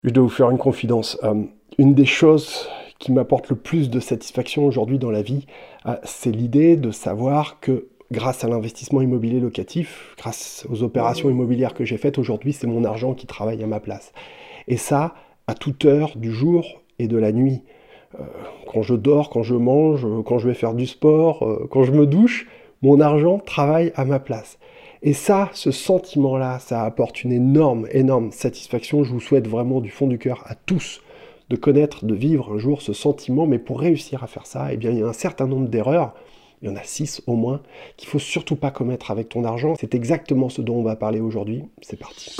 Je dois vous faire une confidence. Une des choses qui m'apporte le plus de satisfaction aujourd'hui dans la vie, c'est l'idée de savoir que grâce à l'investissement immobilier locatif, grâce aux opérations immobilières que j'ai faites aujourd'hui, c'est mon argent qui travaille à ma place. Et ça, à toute heure du jour et de la nuit. Euh, Quand je dors, quand je mange, quand je vais faire du sport, quand je me douche, mon argent travaille à ma place. Et ça, ce sentiment-là, ça apporte une énorme, énorme satisfaction. Je vous souhaite vraiment du fond du cœur à tous de connaître, de vivre un jour ce sentiment. Mais pour réussir à faire ça, eh bien, il y a un certain nombre d'erreurs, il y en a 6 au moins, qu'il ne faut surtout pas commettre avec ton argent. C'est exactement ce dont on va parler aujourd'hui. C'est parti.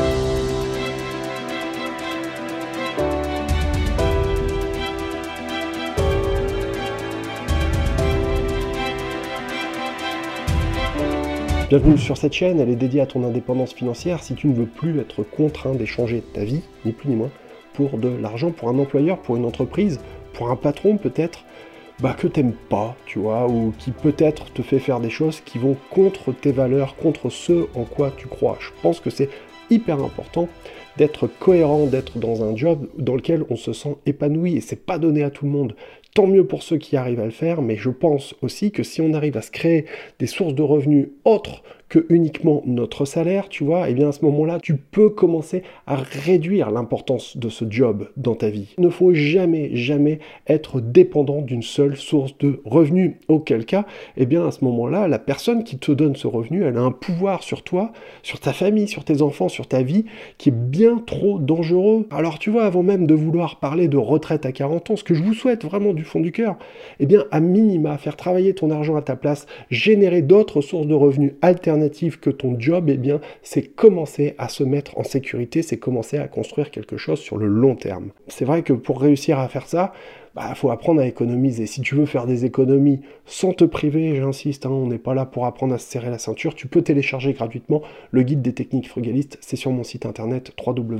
Bienvenue sur cette chaîne, elle est dédiée à ton indépendance financière si tu ne veux plus être contraint d'échanger ta vie, ni plus ni moins, pour de l'argent, pour un employeur, pour une entreprise, pour un patron peut-être, que t'aimes pas, tu vois, ou qui peut-être te fait faire des choses qui vont contre tes valeurs, contre ce en quoi tu crois. Je pense que c'est hyper important d'être cohérent, d'être dans un job dans lequel on se sent épanoui, et c'est pas donné à tout le monde. Tant mieux pour ceux qui arrivent à le faire, mais je pense aussi que si on arrive à se créer des sources de revenus autres que uniquement notre salaire, tu vois, et bien à ce moment-là, tu peux commencer à réduire l'importance de ce job dans ta vie. Il ne faut jamais, jamais être dépendant d'une seule source de revenus, auquel cas, et bien à ce moment-là, la personne qui te donne ce revenu, elle a un pouvoir sur toi, sur ta famille, sur tes enfants, sur ta vie, qui est bien trop dangereux. Alors tu vois, avant même de vouloir parler de retraite à 40 ans, ce que je vous souhaite vraiment du fond du cœur, eh bien à minima, faire travailler ton argent à ta place, générer d'autres sources de revenus alternatives que ton job, eh bien c'est commencer à se mettre en sécurité, c'est commencer à construire quelque chose sur le long terme. C'est vrai que pour réussir à faire ça, faut apprendre à économiser. Si tu veux faire des économies sans te priver, j'insiste, on n'est pas là pour apprendre à se serrer la ceinture, tu peux télécharger gratuitement le guide des techniques frugalistes, c'est sur mon site internet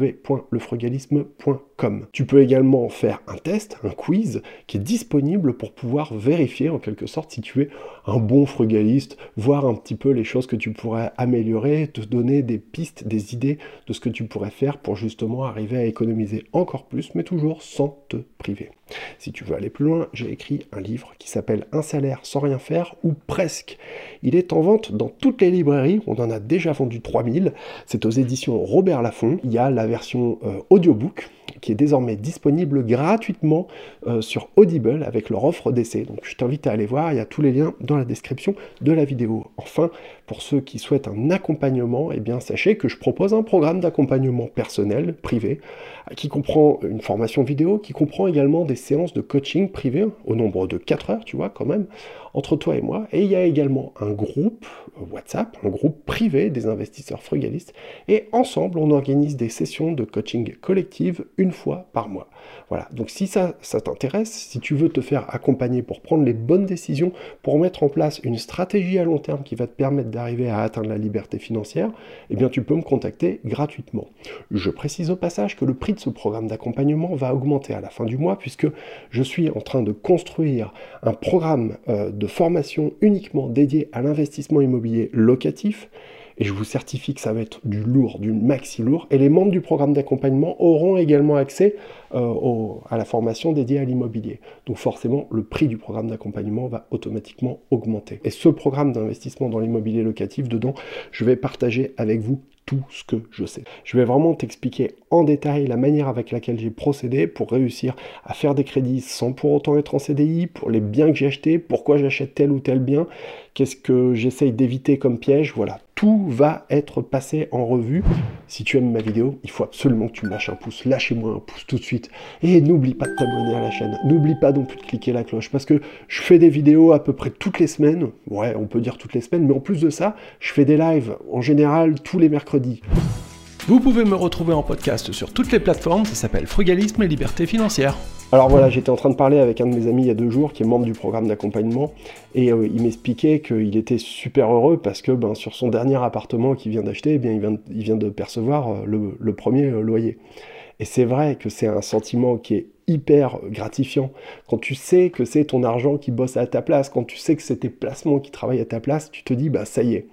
www.lefrugalisme.com. Tu peux également faire un test, un quiz, qui est disponible pour pouvoir vérifier en quelque sorte si tu es un bon frugaliste, voir un petit peu les choses que tu pourrais améliorer, te donner des pistes, des idées de ce que tu pourrais faire pour justement arriver à économiser encore plus, mais toujours sans te priver. Si tu veux aller plus loin, j'ai écrit un livre qui s'appelle Un salaire sans rien faire, ou presque. Il est en vente dans toutes les librairies, on en a déjà vendu 3000, c'est aux éditions Robert Laffont. Il y a la version audiobook, qui est désormais disponible gratuitement sur Audible avec leur offre d'essai. Donc je t'invite à aller voir, il y a tous les liens dans la description de la vidéo. Enfin, pour ceux qui souhaitent un accompagnement, eh bien sachez que je propose un programme d'accompagnement personnel, privé, qui comprend une formation vidéo, qui comprend également des séances de coaching privé, au nombre de 4 heures, tu vois, quand même, entre toi et moi. Et il y a également un groupe WhatsApp, un groupe privé des investisseurs frugalistes, et ensemble, on organise des sessions de coaching collective une fois par mois. Voilà, donc si ça t'intéresse, si tu veux te faire accompagner pour prendre les bonnes décisions, pour mettre en place une stratégie à long terme qui va te permettre d'arriver à atteindre la liberté financière, eh bien tu peux me contacter gratuitement. Je précise au passage que le prix de ce programme d'accompagnement va augmenter à la fin du mois, puisque je suis en train de construire un programme de formation uniquement dédié à l'investissement immobilier locatif, et je vous certifie que ça va être du lourd, du maxi lourd, et les membres du programme d'accompagnement auront également accès à la formation dédiée à l'immobilier. Donc forcément, le prix du programme d'accompagnement va automatiquement augmenter. Et ce programme d'investissement dans l'immobilier locatif, dedans, je vais partager avec vous tout ce que je sais. Je vais vraiment t'expliquer en détail la manière avec laquelle j'ai procédé pour réussir à faire des crédits sans pour autant être en CDI, pour les biens que j'ai achetés, pourquoi j'achète tel ou tel bien, qu'est-ce que j'essaye d'éviter comme piège, voilà. Tout va être passé en revue. Si tu aimes ma vidéo, il faut absolument que tu me lâches un pouce. Lâchez-moi un pouce tout de suite. Et n'oublie pas de t'abonner à la chaîne. N'oublie pas non plus de cliquer la cloche, parce que je fais des vidéos à peu près toutes les semaines. Ouais, on peut dire toutes les semaines, mais en plus de ça, je fais des lives en général tous les mercredis. Vous pouvez me retrouver en podcast sur toutes les plateformes, ça s'appelle Frugalisme et Liberté Financière. Alors voilà, j'étais en train de parler avec un de mes amis il y a 2 jours, qui est membre du programme d'accompagnement, et il m'expliquait qu'il était super heureux parce que sur son dernier appartement qu'il vient d'acheter, il vient de percevoir le premier loyer. Et c'est vrai que c'est un sentiment qui est hyper gratifiant. Quand tu sais que c'est ton argent qui bosse à ta place, quand tu sais que c'est tes placements qui travaillent à ta place, tu te dis, ça y est.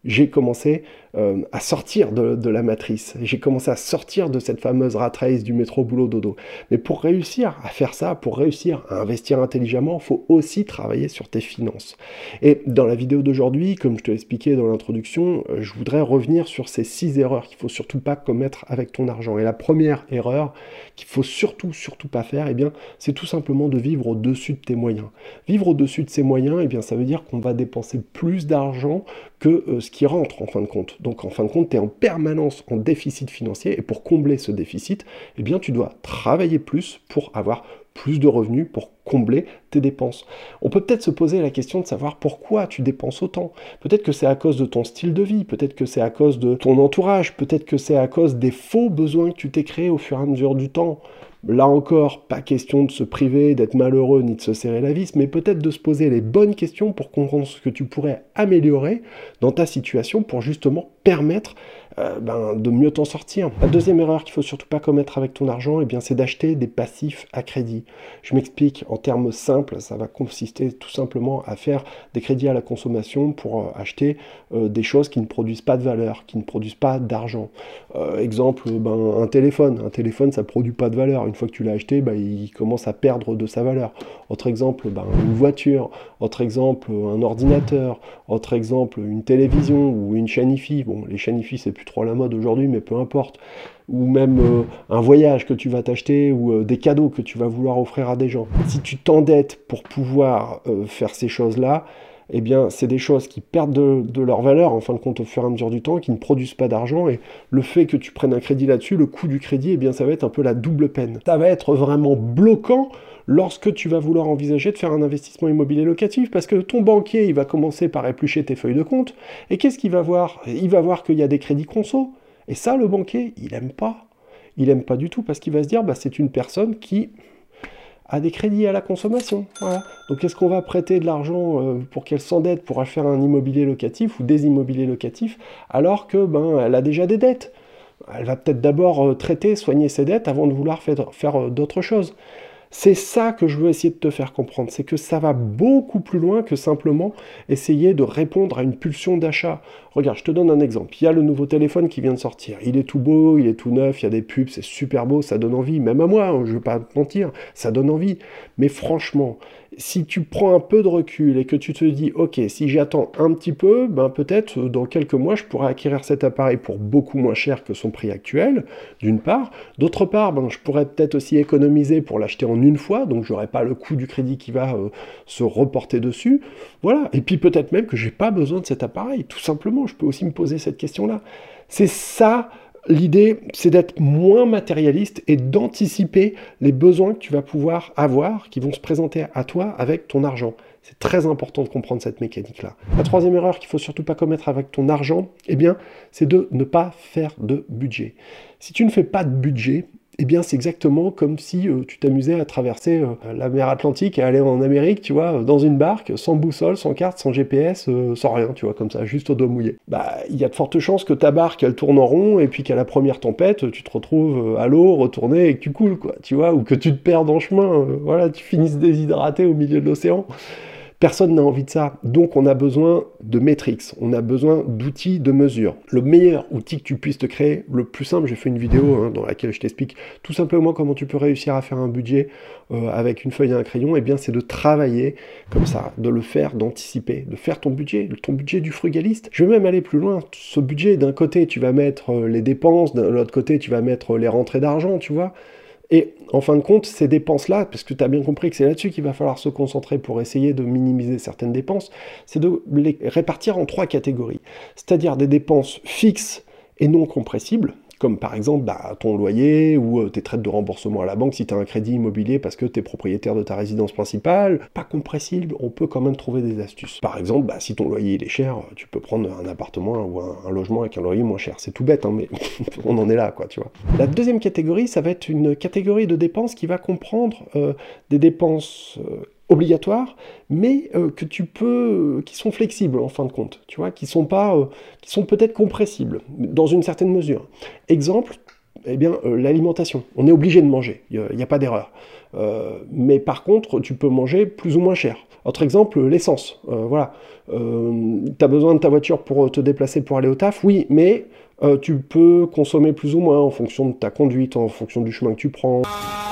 j'ai commencé à sortir de la matrice. J'ai commencé à sortir de cette fameuse rat race du métro boulot dodo. Mais pour réussir à faire ça, pour réussir à investir intelligemment, il faut aussi travailler sur tes finances. Et dans la vidéo d'aujourd'hui, comme je te l'expliquais dans l'introduction, je voudrais revenir sur ces 6 erreurs qu'il ne faut surtout pas commettre avec ton argent. Et la première erreur qu'il faut surtout pas faire, eh bien, c'est tout simplement de vivre au-dessus de tes moyens. Vivre au-dessus de ses moyens, eh bien, ça veut dire qu'on va dépenser plus d'argent que ce qui rentre en fin de compte. Donc en fin de compte, tu es en permanence en déficit financier et pour combler ce déficit, eh bien, tu dois travailler plus pour avoir plus de revenus pour combler tes dépenses. On peut peut-être se poser la question de savoir pourquoi tu dépenses autant. Peut-être que c'est à cause de ton style de vie, peut-être que c'est à cause de ton entourage, peut-être que c'est à cause des faux besoins que tu t'es créés au fur et à mesure du temps. Là encore, pas question de se priver, d'être malheureux, ni de se serrer la vis, mais peut-être de se poser les bonnes questions pour comprendre ce que tu pourrais améliorer dans ta situation pour justement permettre de mieux t'en sortir. La deuxième erreur qu'il ne faut surtout pas commettre avec ton argent, eh bien, c'est d'acheter des passifs à crédit. Je m'explique en termes simples, ça va consister tout simplement à faire des crédits à la consommation pour acheter des choses qui ne produisent pas de valeur, qui ne produisent pas d'argent. Exemple, un téléphone. Un téléphone, ça ne produit pas de valeur. Une fois que tu l'as acheté, il commence à perdre de sa valeur. Autre exemple, une voiture. Autre exemple, un ordinateur. Autre exemple, une télévision ou une chaîne IFI. Bon, les chaînes IFI, c'est plus trop la mode aujourd'hui, mais peu importe. Ou même un voyage que tu vas t'acheter ou des cadeaux que tu vas vouloir offrir à des gens. Si tu t'endettes pour pouvoir faire ces choses-là, eh bien, c'est des choses qui perdent de leur valeur, en fin de compte, au fur et à mesure du temps, qui ne produisent pas d'argent, et le fait que tu prennes un crédit là-dessus, le coût du crédit, eh bien, ça va être un peu la double peine. Ça va être vraiment bloquant lorsque tu vas vouloir envisager de faire un investissement immobilier locatif, parce que ton banquier, il va commencer par éplucher tes feuilles de compte, et qu'est-ce qu'il va voir? Il va voir qu'il y a des crédits conso, et ça, le banquier, il n'aime pas. Il n'aime pas du tout, parce qu'il va se dire, c'est une personne qui à des crédits à la consommation. Voilà. Donc est-ce qu'on va prêter de l'argent pour qu'elle s'endette pour faire un immobilier locatif ou des immobiliers locatifs alors que elle a déjà des dettes? Elle va peut-être d'abord traiter, soigner ses dettes avant de vouloir faire d'autres choses. C'est ça que je veux essayer de te faire comprendre, c'est que ça va beaucoup plus loin que simplement essayer de répondre à une pulsion d'achat. Regarde, je te donne un exemple. Il y a le nouveau téléphone qui vient de sortir. Il est tout beau, il est tout neuf, il y a des pubs, c'est super beau, ça donne envie. Même à moi, je ne vais pas te mentir, ça donne envie. Mais franchement, si tu prends un peu de recul et que tu te dis, ok, si j'attends un petit peu, peut-être dans quelques mois, je pourrais acquérir cet appareil pour beaucoup moins cher que son prix actuel, d'une part. D'autre part, je pourrais peut-être aussi économiser pour l'acheter en une fois, donc j'aurai pas le coût du crédit qui va se reporter dessus. Voilà. Et puis peut-être même que j'ai pas besoin de cet appareil, tout simplement. Je peux aussi me poser cette question-là. C'est ça. L'idée, c'est d'être moins matérialiste et d'anticiper les besoins que tu vas pouvoir avoir, qui vont se présenter à toi avec ton argent. C'est très important de comprendre cette mécanique-là. La troisième erreur qu'il ne faut surtout pas commettre avec ton argent, c'est de ne pas faire de budget. Si tu ne fais pas de budget, c'est exactement comme si tu t'amusais à traverser la mer Atlantique et aller en Amérique, tu vois, dans une barque, sans boussole, sans carte, sans GPS, sans rien, tu vois, comme ça, juste au doigt mouillé. Il y a de fortes chances que ta barque, elle tourne en rond, et puis qu'à la première tempête, tu te retrouves à l'eau, retourné, et que tu coules, quoi, tu vois, ou que tu te perds en chemin, voilà, tu finisses déshydraté au milieu de l'océan. Personne n'a envie de ça, donc on a besoin de métriques, on a besoin d'outils de mesure. Le meilleur outil que tu puisses te créer, le plus simple, j'ai fait une vidéo dans laquelle je t'explique tout simplement comment tu peux réussir à faire un budget avec une feuille et un crayon, c'est de travailler comme ça, de le faire, d'anticiper, de faire ton budget du frugaliste. Je vais même aller plus loin, ce budget, d'un côté tu vas mettre les dépenses, de l'autre côté tu vas mettre les rentrées d'argent, tu vois. Et en fin de compte, ces dépenses-là, parce que tu as bien compris que c'est là-dessus qu'il va falloir se concentrer pour essayer de minimiser certaines dépenses, c'est de les répartir en 3 catégories. C'est-à-dire des dépenses fixes et non compressibles, comme par exemple ton loyer ou tes traites de remboursement à la banque si tu as un crédit immobilier parce que tu es propriétaire de ta résidence principale. Pas compressible, on peut quand même trouver des astuces. Par exemple, si ton loyer il est cher, tu peux prendre un appartement ou un logement avec un loyer moins cher. C'est tout bête, mais on en est là, quoi, tu vois. La deuxième catégorie, ça va être une catégorie de dépenses qui va comprendre des dépenses obligatoires, mais qui sont flexibles en fin de compte, tu vois, qui sont peut-être compressibles dans une certaine mesure. Exemple, Eh bien, l'alimentation. On est obligé de manger, il n'y a pas d'erreur. Mais par contre, tu peux manger plus ou moins cher. Autre exemple, l'essence. Voilà. Tu as besoin de ta voiture pour te déplacer, pour aller au taf, oui, mais tu peux consommer plus ou moins en fonction de ta conduite, en fonction du chemin que tu prends.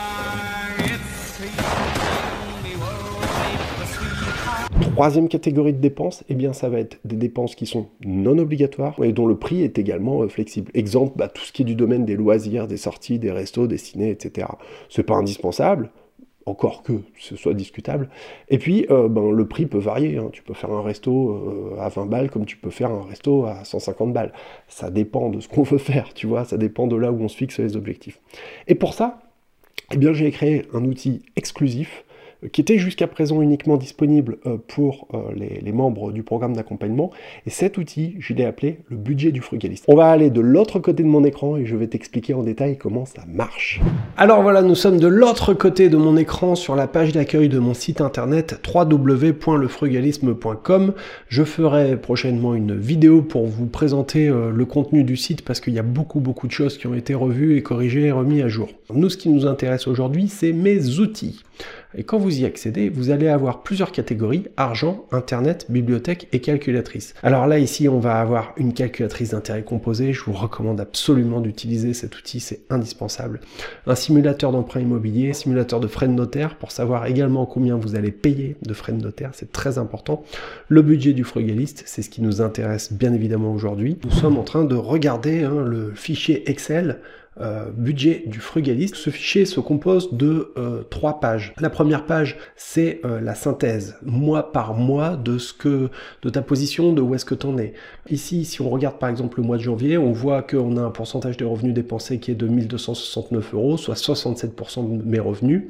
Troisième catégorie de dépenses, eh bien, ça va être des dépenses qui sont non obligatoires et dont le prix est également flexible. Exemple, tout ce qui est du domaine des loisirs, des sorties, des restos, des ciné, etc. C'est pas indispensable, encore que ce soit discutable. Et puis, le prix peut varier. Hein. Tu peux faire un resto à 20 balles comme tu peux faire un resto à 150 balles. Ça dépend de ce qu'on veut faire, tu vois, ça dépend de là où on se fixe les objectifs. Et pour ça, eh bien, j'ai créé un outil exclusif qui était jusqu'à présent uniquement disponible pour les membres du programme d'accompagnement. Et cet outil, je l'ai appelé le budget du frugaliste. On va aller de l'autre côté de mon écran et je vais t'expliquer en détail comment ça marche. Alors voilà, nous sommes de l'autre côté de mon écran sur la page d'accueil de mon site internet www.lefrugalisme.com. Je ferai prochainement une vidéo pour vous présenter le contenu du site parce qu'il y a beaucoup de choses qui ont été revues et corrigées et remis à jour. Nous, ce qui nous intéresse aujourd'hui, c'est mes outils. Et quand vous y accédez, vous allez avoir plusieurs catégories: argent, internet, bibliothèque et calculatrice. Alors là, ici, on va avoir une calculatrice d'intérêt composé. Je vous recommande absolument d'utiliser cet outil, c'est indispensable. Un simulateur d'emprunt immobilier, simulateur de frais de notaire pour savoir également combien vous allez payer de frais de notaire, c'est très important. Le budget du frugaliste, c'est ce qui nous intéresse bien évidemment aujourd'hui. Nous sommes en train de regarder le fichier Excel budget du frugaliste. Ce fichier se compose de 3 pages. La première page, c'est la synthèse, mois par mois, de ta position, de où est-ce que tu en es. Ici, si on regarde par exemple le mois de janvier, on voit qu'on a un pourcentage des revenus dépensés qui est de 1269 €, soit 67% de mes revenus.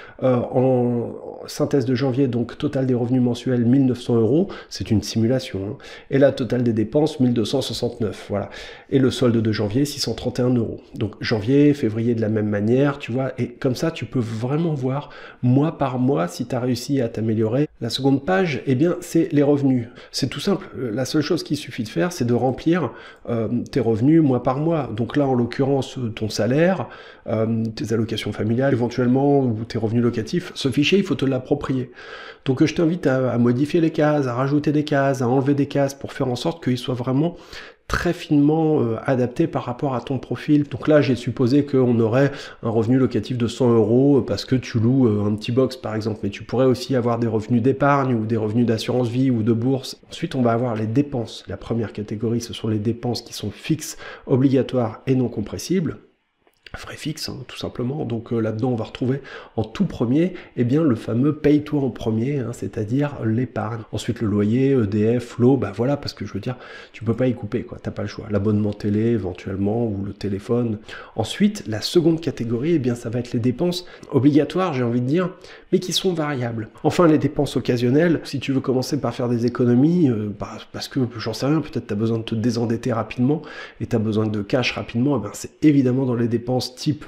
En synthèse de janvier, donc total des revenus mensuels 1900 €, c'est une simulation, hein. Et la totale des dépenses 1269, voilà. Et le solde de janvier 631 €. Donc janvier, février de la même manière, tu vois, et comme ça tu peux vraiment voir mois par mois si tu as réussi à t'améliorer. La seconde page, eh bien, c'est les revenus. C'est tout simple, la seule chose qu'il suffit de faire, c'est de remplir tes revenus mois par mois. Donc là, en l'occurrence, ton salaire, tes allocations familiales, éventuellement, ou tes revenus locatifs. Ce fichier, il faut te l'approprier. Donc je t'invite à modifier les cases, à rajouter des cases, à enlever des cases pour faire en sorte qu'il soit vraiment très finement adapté par rapport à ton profil. Donc là, j'ai supposé qu'on aurait un revenu locatif de 100 € parce que tu loues un petit box par exemple, mais tu pourrais aussi avoir des revenus d'épargne ou des revenus d'assurance vie ou de bourse. Ensuite, on va avoir les dépenses. La première catégorie, ce sont les dépenses qui sont fixes, obligatoires et non compressibles. Frais fixes, hein, tout simplement. Donc là-dedans, on va retrouver en tout premier, eh bien, le fameux paye-toi en premier, hein, c'est-à-dire l'épargne. Ensuite, le loyer, EDF, l'eau, voilà, parce que je veux dire, tu peux pas y couper, quoi. T'as pas le choix. L'abonnement télé, éventuellement, ou le téléphone. Ensuite, la seconde catégorie, eh bien, ça va être les dépenses obligatoires, j'ai envie de dire, mais qui sont variables. Enfin, les dépenses occasionnelles, si tu veux commencer par faire des économies, parce que, j'en sais rien, peut-être t'as besoin de te désendetter rapidement, et t'as besoin de cash rapidement, c'est évidemment dans les dépenses type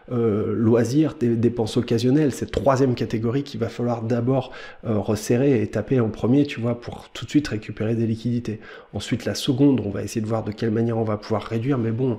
loisirs, des dépenses occasionnelles, cette troisième catégorie qu'il va falloir d'abord resserrer et taper en premier, tu vois, pour tout de suite récupérer des liquidités. Ensuite, la seconde, on va essayer de voir de quelle manière on va pouvoir réduire, mais bon,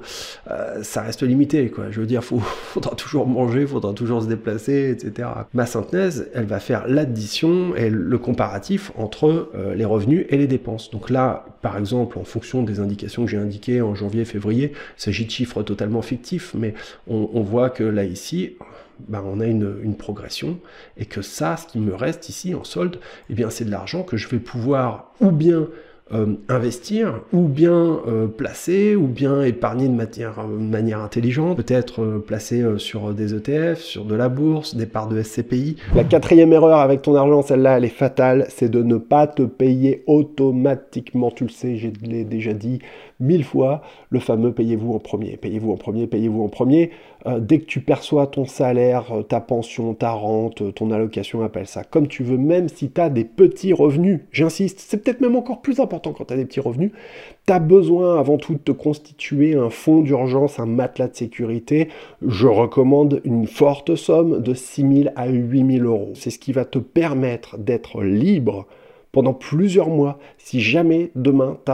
ça reste limité, quoi. Je veux dire, faudra toujours manger, faudra toujours se déplacer, etc. Ma synthèse, elle va faire l'addition et le comparatif entre les revenus et les dépenses. Donc là, par exemple, en fonction des indications que j'ai indiquées en janvier, février, il s'agit de chiffres totalement fictifs, mais on voit que là, ici, on a une progression, et que ça, ce qui me reste ici en solde, eh bien, c'est de l'argent que je vais pouvoir ou bien investir, ou bien placer, ou bien épargner de manière intelligente, peut-être placer sur des ETF, sur de la bourse, des parts de SCPI. La quatrième erreur avec ton argent, celle-là, elle est fatale, c'est de ne pas te payer automatiquement. Tu le sais, je l'ai déjà dit 1000 fois, le fameux payez-vous en premier, payez-vous en premier, payez-vous en premier. Dès que tu perçois ton salaire, ta pension, ta rente, ton allocation, appelle ça comme tu veux, même si tu as des petits revenus, j'insiste, c'est peut-être même encore plus important quand tu as des petits revenus, tu as besoin avant tout de te constituer un fonds d'urgence, un matelas de sécurité. Je recommande une forte somme de 6 000 à 8 000 €. C'est ce qui va te permettre d'être libre pendant plusieurs mois si jamais demain tu as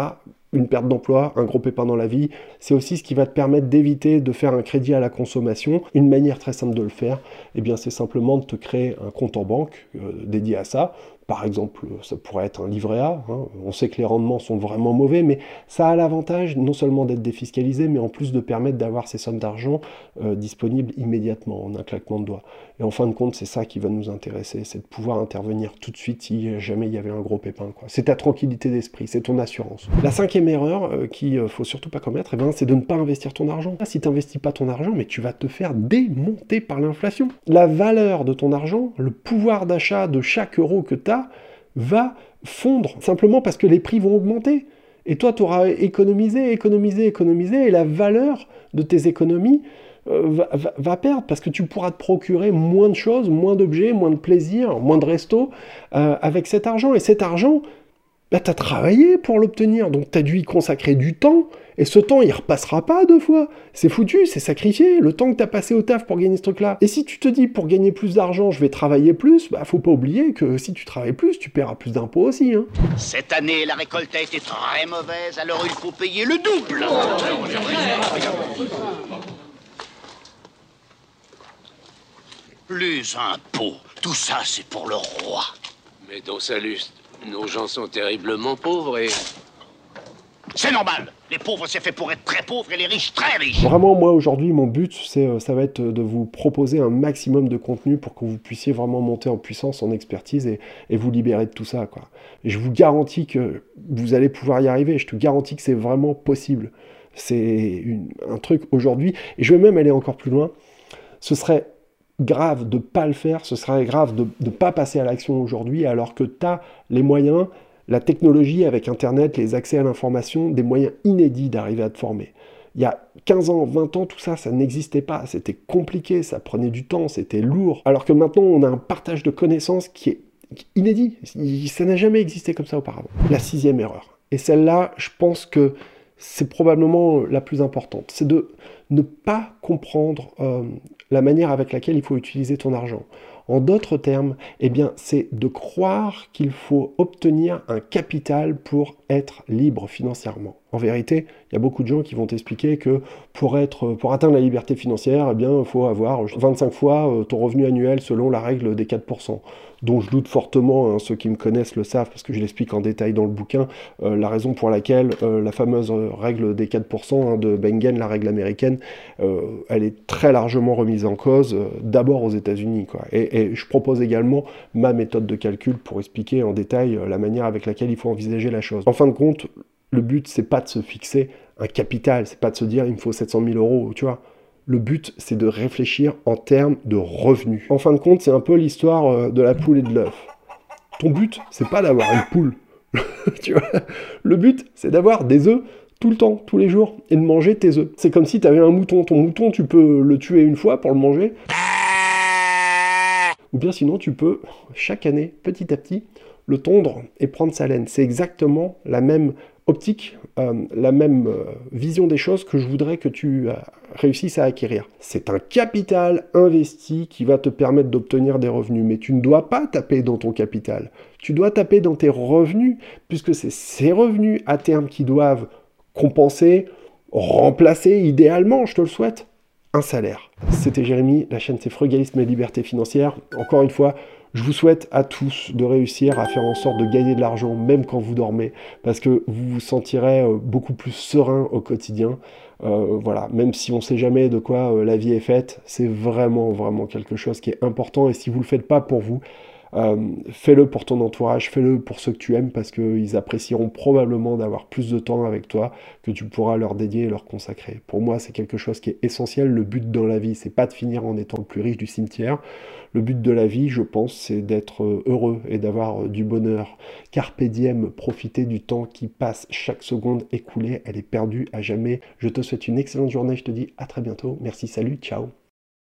une perte d'emploi, un gros pépin dans la vie. C'est aussi ce qui va te permettre d'éviter de faire un crédit à la consommation. Une manière très simple de le faire, eh bien, c'est simplement de te créer un compte en banque dédié à ça. Par exemple, ça pourrait être un livret A. Hein. On sait que les rendements sont vraiment mauvais, mais ça a l'avantage non seulement d'être défiscalisé, mais en plus de permettre d'avoir ces sommes d'argent disponibles immédiatement, en un claquement de doigts. Et en fin de compte, c'est ça qui va nous intéresser, c'est de pouvoir intervenir tout de suite si jamais il y avait un gros pépin, quoi. C'est ta tranquillité d'esprit, c'est ton assurance. La cinquième erreur qu'il ne faut surtout pas commettre, c'est de ne pas investir ton argent. Si tu n'investis pas ton argent, mais tu vas te faire démonter par l'inflation. La valeur de ton argent, le pouvoir d'achat de chaque euro que tu as, va fondre, simplement parce que les prix vont augmenter. Et toi, tu auras économisé, et la valeur de tes économies va perdre, parce que tu pourras te procurer moins de choses, moins d'objets, moins de plaisir, moins de restos avec cet argent. Et cet argent, tu as travaillé pour l'obtenir, donc tu as dû y consacrer du temps, et ce temps, il repassera pas 2 fois. C'est foutu, c'est sacrifié, le temps que tu as passé au taf pour gagner ce truc-là. Et si tu te dis, pour gagner plus d'argent, je vais travailler plus, faut pas oublier que si tu travailles plus, tu paieras plus d'impôts aussi. Hein. Cette année, la récolte a été très mauvaise, alors il faut payer le double. Les impôts, tout ça, c'est pour le roi. Mais dans sa luste, nos gens sont terriblement pauvres et... C'est normal. Les pauvres, c'est fait pour être très pauvres et les riches, très riches. Vraiment, moi, aujourd'hui, mon but, ça va être de vous proposer un maximum de contenu pour que vous puissiez vraiment monter en puissance, en expertise et vous libérer de tout ça, quoi. Et je vous garantis que vous allez pouvoir y arriver. Je te garantis que c'est vraiment possible. C'est un truc aujourd'hui. Et je vais même aller encore plus loin. Ce serait grave de ne pas le faire. Ce serait grave de ne pas passer à l'action aujourd'hui alors que tu as les moyens... La technologie avec Internet, les accès à l'information, des moyens inédits d'arriver à te former. Il y a 15 ans, 20 ans, tout ça, ça n'existait pas. C'était compliqué, ça prenait du temps, c'était lourd. Alors que maintenant, on a un partage de connaissances qui est inédit. Ça n'a jamais existé comme ça auparavant. La 6e erreur. Et celle-là, je pense que c'est probablement la plus importante. C'est de ne pas comprendre la manière avec laquelle il faut utiliser ton argent. En d'autres termes, eh bien, c'est de croire qu'il faut obtenir un capital pour être libre financièrement. En vérité, il y a beaucoup de gens qui vont t'expliquer que pour atteindre la liberté financière, eh bien, il faut avoir 25 fois ton revenu annuel selon la règle des 4%, dont je doute fortement, hein, ceux qui me connaissent le savent, parce que je l'explique en détail dans le bouquin, la raison pour laquelle la fameuse règle des 4% de Bengen, la règle américaine, elle est très largement remise en cause, d'abord aux États-Unis, quoi. Et je propose également ma méthode de calcul pour expliquer en détail la manière avec laquelle il faut envisager la chose. En fin de compte, le but, c'est pas de se fixer un capital, c'est pas de se dire il me faut 700 000 euros, tu vois. Le but, c'est de réfléchir en termes de revenus. En fin de compte, c'est un peu l'histoire de la poule et de l'œuf. Ton but, c'est pas d'avoir une poule, tu vois. Le but, c'est d'avoir des œufs tout le temps, tous les jours, et de manger tes œufs. C'est comme si tu avais un mouton. Ton mouton, tu peux le tuer une fois pour le manger. Ou bien sinon, tu peux, chaque année, petit à petit, le tondre et prendre sa laine. C'est exactement la même optique, la même vision des choses que je voudrais que tu réussisses à acquérir. C'est un capital investi qui va te permettre d'obtenir des revenus, mais tu ne dois pas taper dans ton capital. Tu dois taper dans tes revenus, puisque c'est ces revenus à terme qui doivent compenser, remplacer, idéalement, je te le souhaite, un salaire. C'était Jérémy, la chaîne c'est Frugalisme et Liberté Financière. Encore une fois, je vous souhaite à tous de réussir à faire en sorte de gagner de l'argent, même quand vous dormez, parce que vous vous sentirez beaucoup plus serein au quotidien. Voilà, même si on ne sait jamais de quoi la vie est faite, c'est vraiment, vraiment quelque chose qui est important. Et si vous ne le faites pas pour vous, fais-le pour ton entourage, fais-le pour ceux que tu aimes, parce qu'ils apprécieront probablement d'avoir plus de temps avec toi que tu pourras leur dédier et leur consacrer. Pour moi, c'est quelque chose qui est essentiel. Le but dans la vie, c'est pas de finir en étant le plus riche du cimetière. Le but de la vie, je pense, c'est d'être heureux et d'avoir du bonheur. Carpe diem, profiter du temps qui passe. Chaque seconde écoulée, elle est perdue à jamais. Je te souhaite une excellente journée. Je te dis à très bientôt. Merci, salut, ciao.